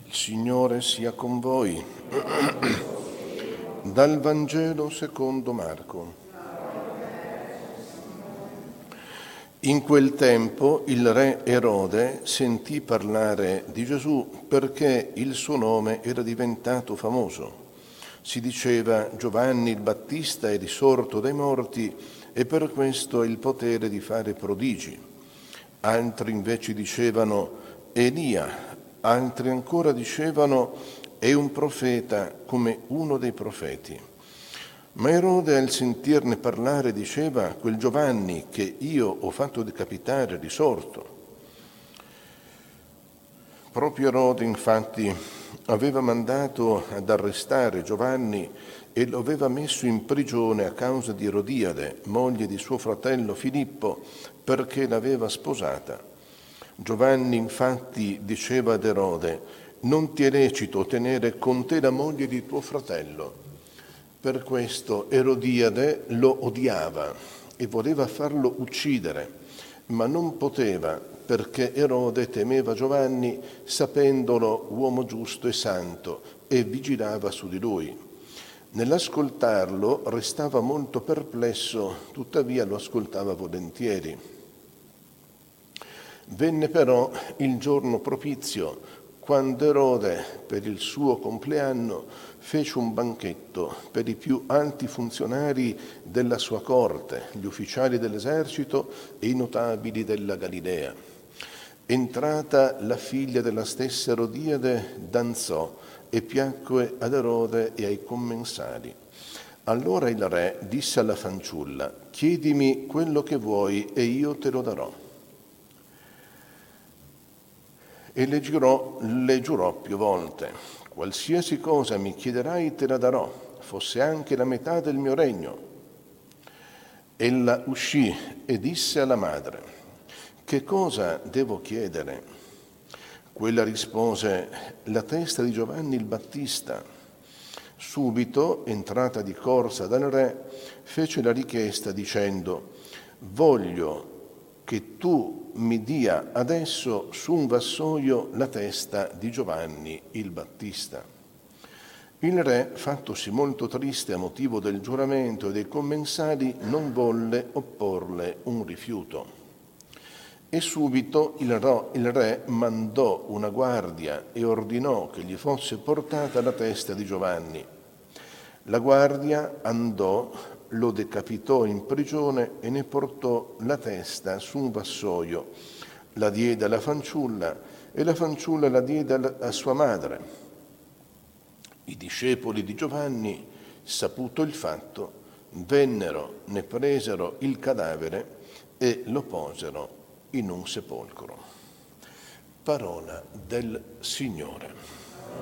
Il Signore sia con voi. Dal Vangelo secondo Marco. In quel tempo il re Erode sentì parlare di Gesù perché il suo nome era diventato famoso. Si diceva: Giovanni il Battista è risorto dai morti e per questo ha il potere di fare prodigi. Altri invece dicevano: Elia. Altri ancora dicevano: è un profeta come uno dei profeti. Ma Erode, al sentirne parlare, diceva: quel Giovanni che io ho fatto decapitare è risorto. Proprio Erode, infatti, aveva mandato ad arrestare Giovanni e lo aveva messo in prigione a causa di Erodiade, moglie di suo fratello Filippo, perché l'aveva sposata. Giovanni infatti diceva ad Erode: non ti è lecito tenere con te la moglie di tuo fratello. Per questo Erodiade lo odiava e voleva farlo uccidere, ma non poteva, perché Erode temeva Giovanni, sapendolo uomo giusto e santo, e vigilava su di lui. Nell'ascoltarlo restava molto perplesso, tuttavia lo ascoltava volentieri. Venne però il giorno propizio, quando Erode, per il suo compleanno, fece un banchetto per i più alti funzionari della sua corte, gli ufficiali dell'esercito e i notabili della Galilea. Entrata la figlia della stessa Erodiade, danzò e piacque ad Erode e ai commensali. Allora il re disse alla fanciulla: chiedimi quello che vuoi e io te lo darò. E le giurò più volte: qualsiasi cosa mi chiederai te la darò, fosse anche la metà del mio regno. Ella uscì e disse alla madre: che cosa devo chiedere? Quella rispose: la testa di Giovanni il Battista. Subito, entrata di corsa dal re, fece la richiesta dicendo: voglio che tu mi dia adesso su un vassoio la testa di Giovanni il Battista. Il re, fattosi molto triste a motivo del giuramento e dei commensali, non volle opporle un rifiuto. E subito il re mandò una guardia e ordinò che gli fosse portata la testa di Giovanni. La guardia andò, lo decapitò in prigione e ne portò la testa su un vassoio. La diede alla fanciulla e la fanciulla la diede a sua madre. I discepoli di Giovanni, saputo il fatto, vennero, ne presero il cadavere e lo posero in un sepolcro. Parola del Signore.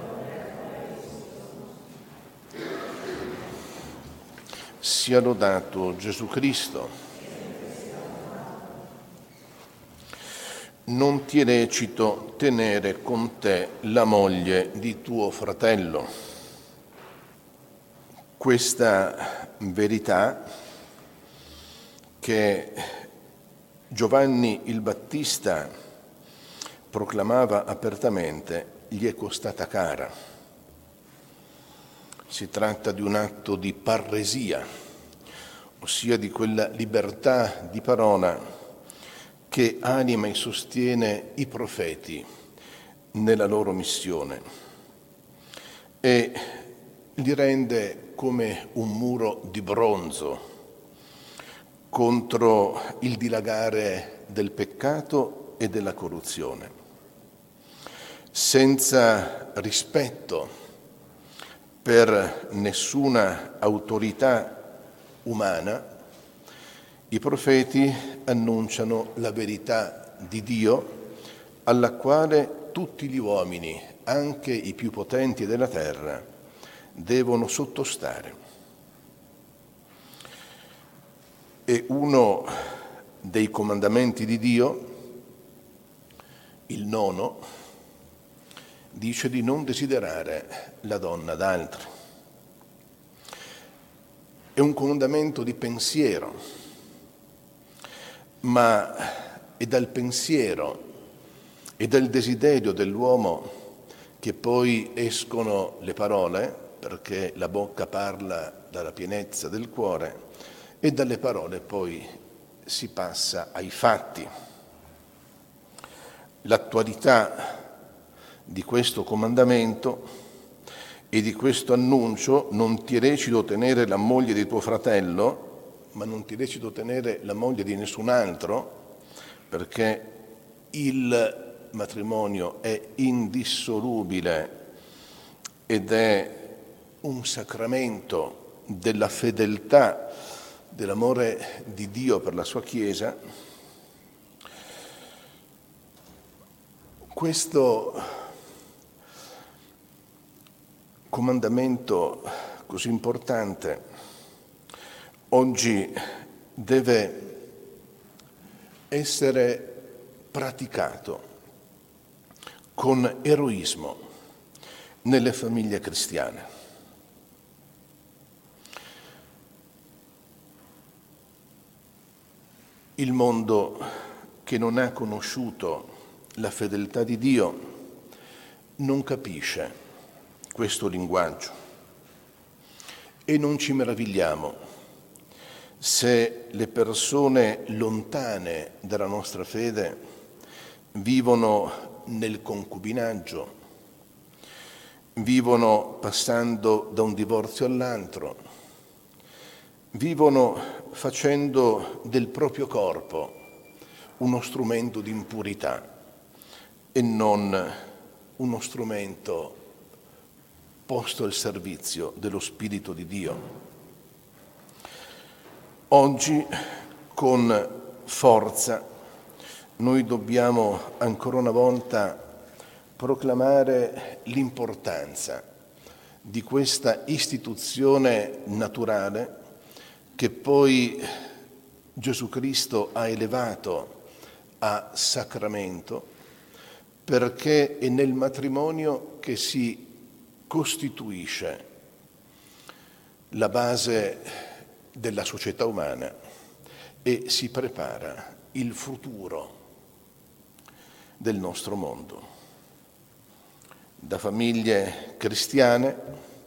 Sia lodato Gesù Cristo. Non ti è lecito tenere con te la moglie di tuo fratello. Questa verità che Giovanni il Battista proclamava apertamente gli è costata cara. Si tratta di un atto di parresia, ossia di quella libertà di parola che anima e sostiene i profeti nella loro missione e li rende come un muro di bronzo contro il dilagare del peccato e della corruzione. Senza rispetto per nessuna autorità umana, i profeti annunciano la verità di Dio alla quale tutti gli uomini, anche i più potenti della terra, devono sottostare. E uno dei comandamenti di Dio, il nono, dice di non desiderare la donna d'altri. È un comandamento di pensiero, ma è dal pensiero e dal desiderio dell'uomo che che poi escono le parole, perché la bocca parla dalla pienezza del cuore, e dalle parole poi si passa ai fatti. L'attualità di questo comandamento e di questo annuncio: non ti è lecito tenere la moglie di tuo fratello, ma non ti è lecito tenere la moglie di nessun altro, perché il matrimonio è indissolubile ed è un sacramento della fedeltà, dell'amore di Dio per la sua Chiesa. Questo comandamento così importante oggi deve essere praticato con eroismo nelle famiglie cristiane. Il mondo che non ha conosciuto la fedeltà di Dio non capisce questo linguaggio e non ci meravigliamo se le persone lontane dalla nostra fede vivono nel concubinaggio, vivono passando da un divorzio all'altro, vivono facendo del proprio corpo uno strumento di impurità e non uno strumento posto al servizio dello Spirito di Dio. Oggi, con forza, noi dobbiamo ancora una volta proclamare l'importanza di questa istituzione naturale che poi Gesù Cristo ha elevato a sacramento, perché è nel matrimonio che si costituisce la base della società umana e si prepara il futuro del nostro mondo. Da famiglie cristiane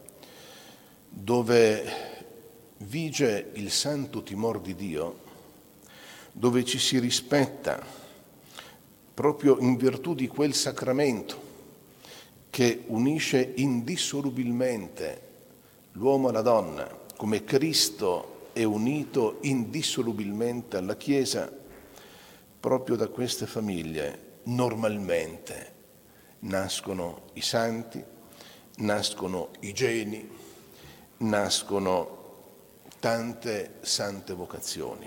dove vige il santo timor di Dio, dove ci si rispetta proprio in virtù di quel sacramento che unisce indissolubilmente l'uomo alla donna, come Cristo è unito indissolubilmente alla Chiesa. Proprio da queste famiglie normalmente nascono i santi, nascono i geni, nascono tante sante vocazioni.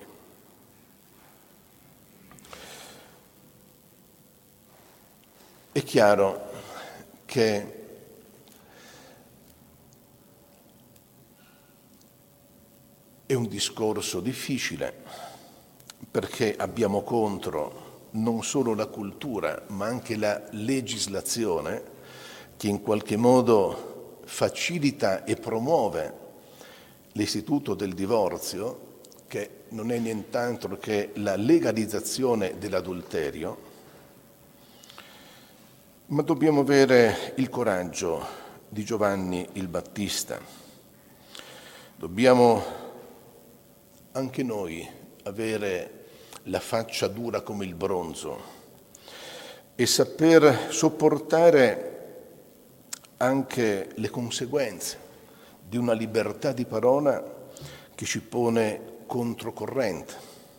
È chiaro che è un discorso difficile, perché abbiamo contro non solo la cultura, ma anche la legislazione che in qualche modo facilita e promuove l'istituto del divorzio, che non è nient'altro che la legalizzazione dell'adulterio. Ma dobbiamo avere il coraggio di Giovanni il Battista. Dobbiamo anche noi avere la faccia dura come il bronzo e saper sopportare anche le conseguenze di una libertà di parola che ci pone controcorrente.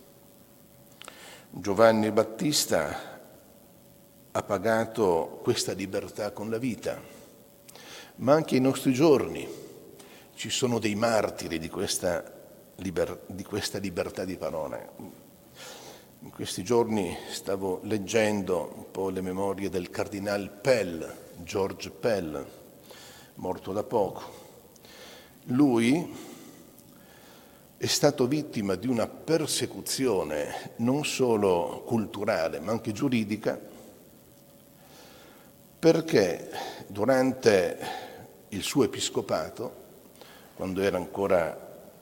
Giovanni Battista ha pagato questa libertà con la vita, ma anche ai nostri giorni ci sono dei martiri di questa libertà di parola. In questi giorni stavo leggendo un po' le memorie del cardinal Pell, George Pell, morto da poco. Lui è stato vittima di una persecuzione non solo culturale, ma anche giuridica, perché durante il suo episcopato, quando era ancora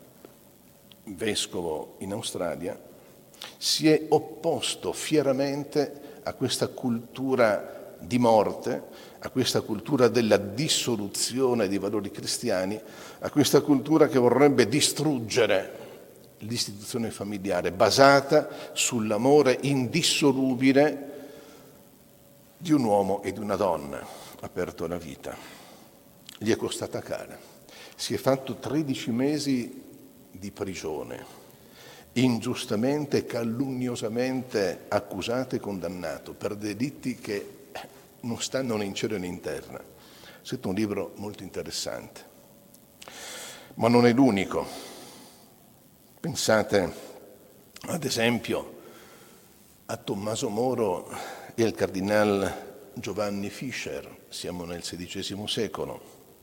vescovo in Australia, si è opposto fieramente a questa cultura di morte, a questa cultura della dissoluzione dei valori cristiani, a questa cultura che vorrebbe distruggere l'istituzione familiare basata sull'amore indissolubile di un uomo e di una donna aperto alla vita. Gli è costata cara. Si è fatto 13 mesi di prigione, ingiustamente e calunniosamente accusato e condannato per delitti che non stanno né in cielo né in terra. È scritto un libro molto interessante, ma non è l'unico. Pensate ad esempio a Tommaso Moro e al cardinal Giovanni Fischer, siamo nel XVI secolo.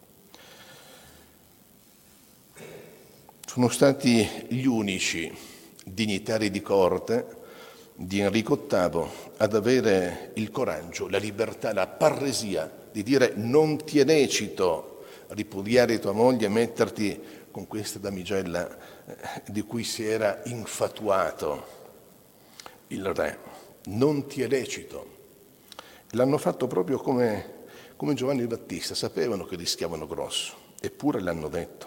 Sono stati gli unici dignitari di corte di Enrico VIII ad avere il coraggio, la libertà, la parresia di dire: non ti è lecito ripudiare tua moglie e metterti con questa damigella di cui si era infatuato il re. Non ti è lecito. L'hanno fatto proprio come Giovanni Battista, sapevano che rischiavano grosso, eppure l'hanno detto.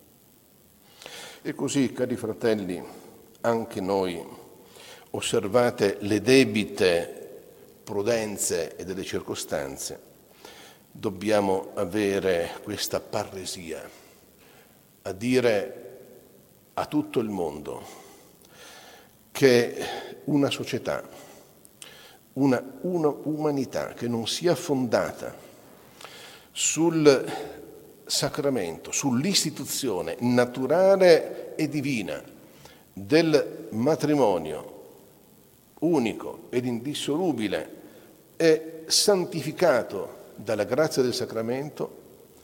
E così, cari fratelli, anche noi, osservate le debite prudenze e delle circostanze, dobbiamo avere questa parresia a dire a tutto il mondo che una società, una umanità che non sia fondata sul sacramento, sull'istituzione naturale e divina del matrimonio unico ed indissolubile e santificato dalla grazia del sacramento,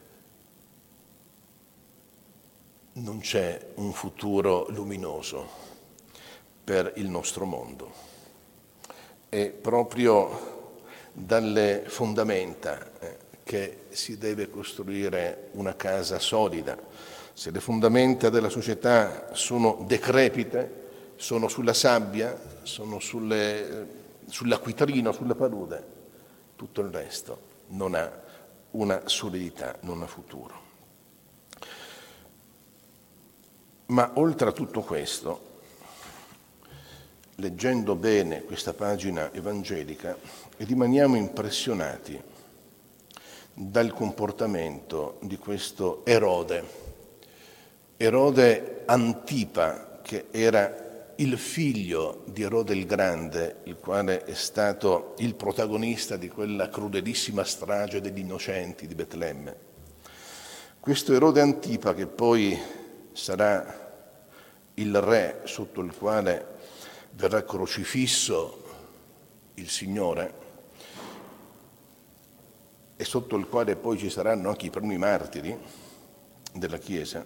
non c'è un futuro luminoso per il nostro mondo. È proprio dalle fondamenta che si deve costruire una casa solida. Se le fondamenta della società sono decrepite, sono sulla sabbia, sono sull'acquitrino, sulla palude, tutto il resto non ha una solidità, non ha futuro. Ma oltre a tutto questo, leggendo bene questa pagina evangelica, rimaniamo impressionati dal comportamento di questo Erode Antipa, che era il figlio di Erode il Grande, il quale è stato il protagonista di quella crudelissima strage degli innocenti di Betlemme. Questo Erode Antipa, che poi sarà il re sotto il quale verrà crocifisso il Signore e sotto il quale poi ci saranno anche i primi martiri della Chiesa,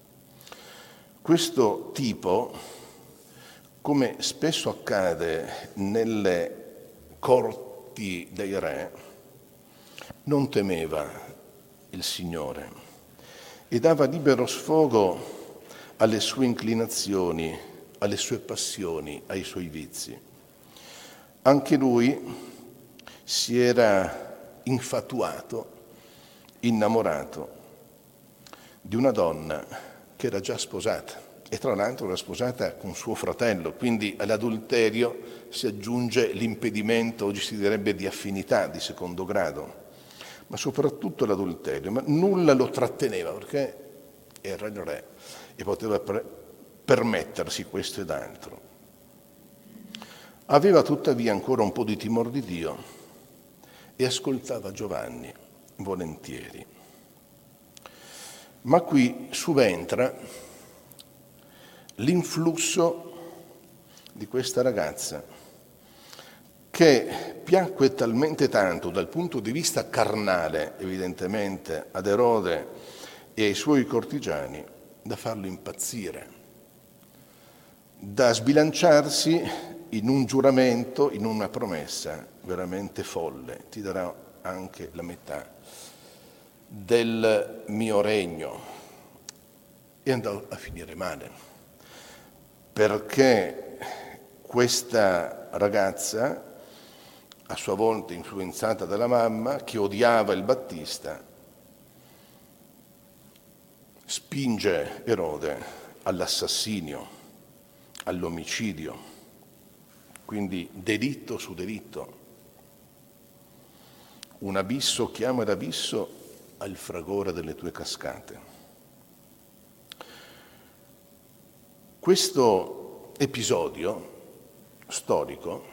questo tipo, come spesso accade nelle corti dei re, non temeva il Signore e dava libero sfogo alle sue inclinazioni, alle sue passioni, ai suoi vizi. Anche lui si era infatuato, innamorato di una donna che era già sposata e tra l'altro era sposata con suo fratello, quindi all'adulterio si aggiunge l'impedimento, oggi si direbbe di affinità di secondo grado, ma soprattutto l'adulterio, ma nulla lo tratteneva perché era il re e poteva permettersi questo ed altro. Aveva tuttavia ancora un po' di timore di Dio e ascoltava Giovanni volentieri. Ma qui subentra l'influsso di questa ragazza che piacque talmente tanto dal punto di vista carnale, evidentemente, ad Erode e ai suoi cortigiani, da farlo impazzire, da sbilanciarsi in un giuramento, in una promessa veramente folle: ti darò anche la metà del mio regno. E andò a finire male, perché questa ragazza a sua volta influenzata dalla mamma, che odiava il Battista, spinge Erode all'assassinio, all'omicidio, quindi delitto su delitto. Un abisso chiama l'abisso al fragore delle tue cascate. Questo episodio storico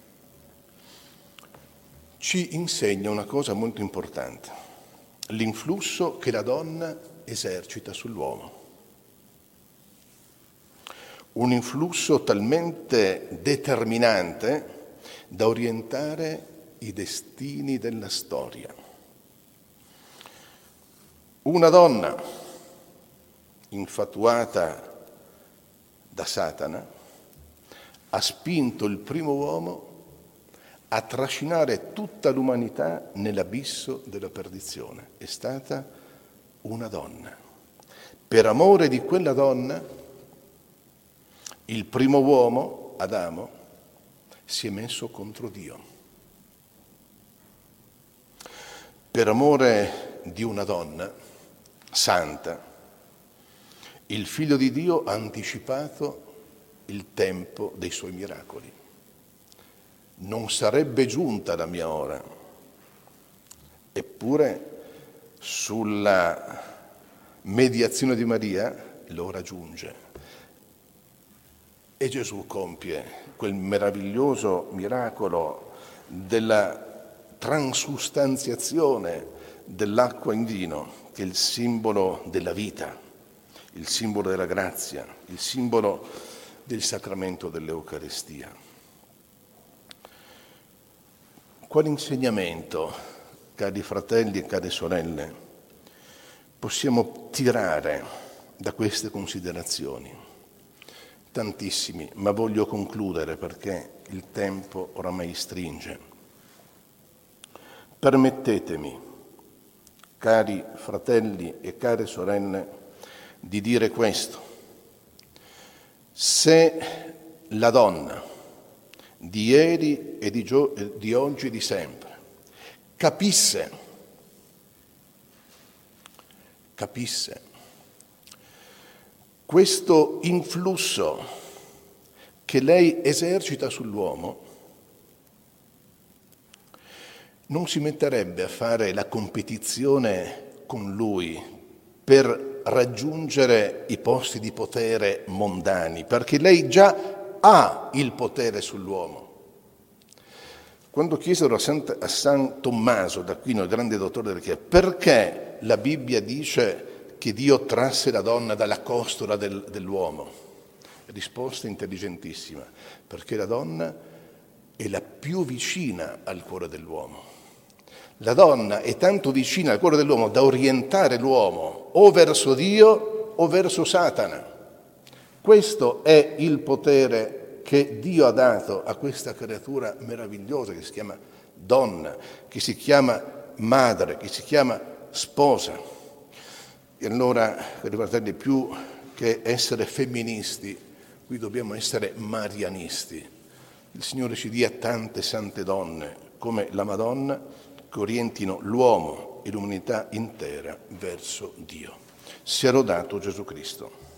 ci insegna una cosa molto importante: l'influsso che la donna esercita sull'uomo. Un influsso talmente determinante da orientare i destini della storia. Una donna infatuata da Satana ha spinto il primo uomo a trascinare tutta l'umanità nell'abisso della perdizione. È stata una donna. Per amore di quella donna, il primo uomo, Adamo, si è messo contro Dio. Per amore di una donna santa, il Figlio di Dio ha anticipato il tempo dei suoi miracoli. Non sarebbe giunta la mia ora, eppure sulla mediazione di Maria l'ora giunge. E Gesù compie quel meraviglioso miracolo della transustanziazione dell'acqua in vino, che è il simbolo della vita, il simbolo della grazia, il simbolo del sacramento dell'Eucaristia. Quale insegnamento, cari fratelli e care sorelle, possiamo tirare da queste considerazioni? Tantissimi, ma voglio concludere perché il tempo oramai stringe. Permettetemi, cari fratelli e care sorelle, di dire questo: se la donna di ieri e di oggi e di sempre capisse questo influsso che lei esercita sull'uomo, non si metterebbe a fare la competizione con lui per raggiungere i posti di potere mondani, perché lei già ha il potere sull'uomo. Quando chiesero a San Tommaso d'Aquino, il grande dottore della Chiesa, perché la Bibbia dice che Dio trasse la donna dalla costola dell'uomo? Risposta intelligentissima: perché la donna è la più vicina al cuore dell'uomo. La donna è tanto vicina al cuore dell'uomo da orientare l'uomo o verso Dio o verso Satana. Questo è il potere che Dio ha dato a questa creatura meravigliosa che si chiama donna, che si chiama madre, che si chiama sposa. E allora, cari fratelli, più che essere femministi, qui dobbiamo essere marianisti. Il Signore ci dia tante sante donne come la Madonna che orientino l'uomo e l'umanità intera verso Dio. Sia lodato Gesù Cristo.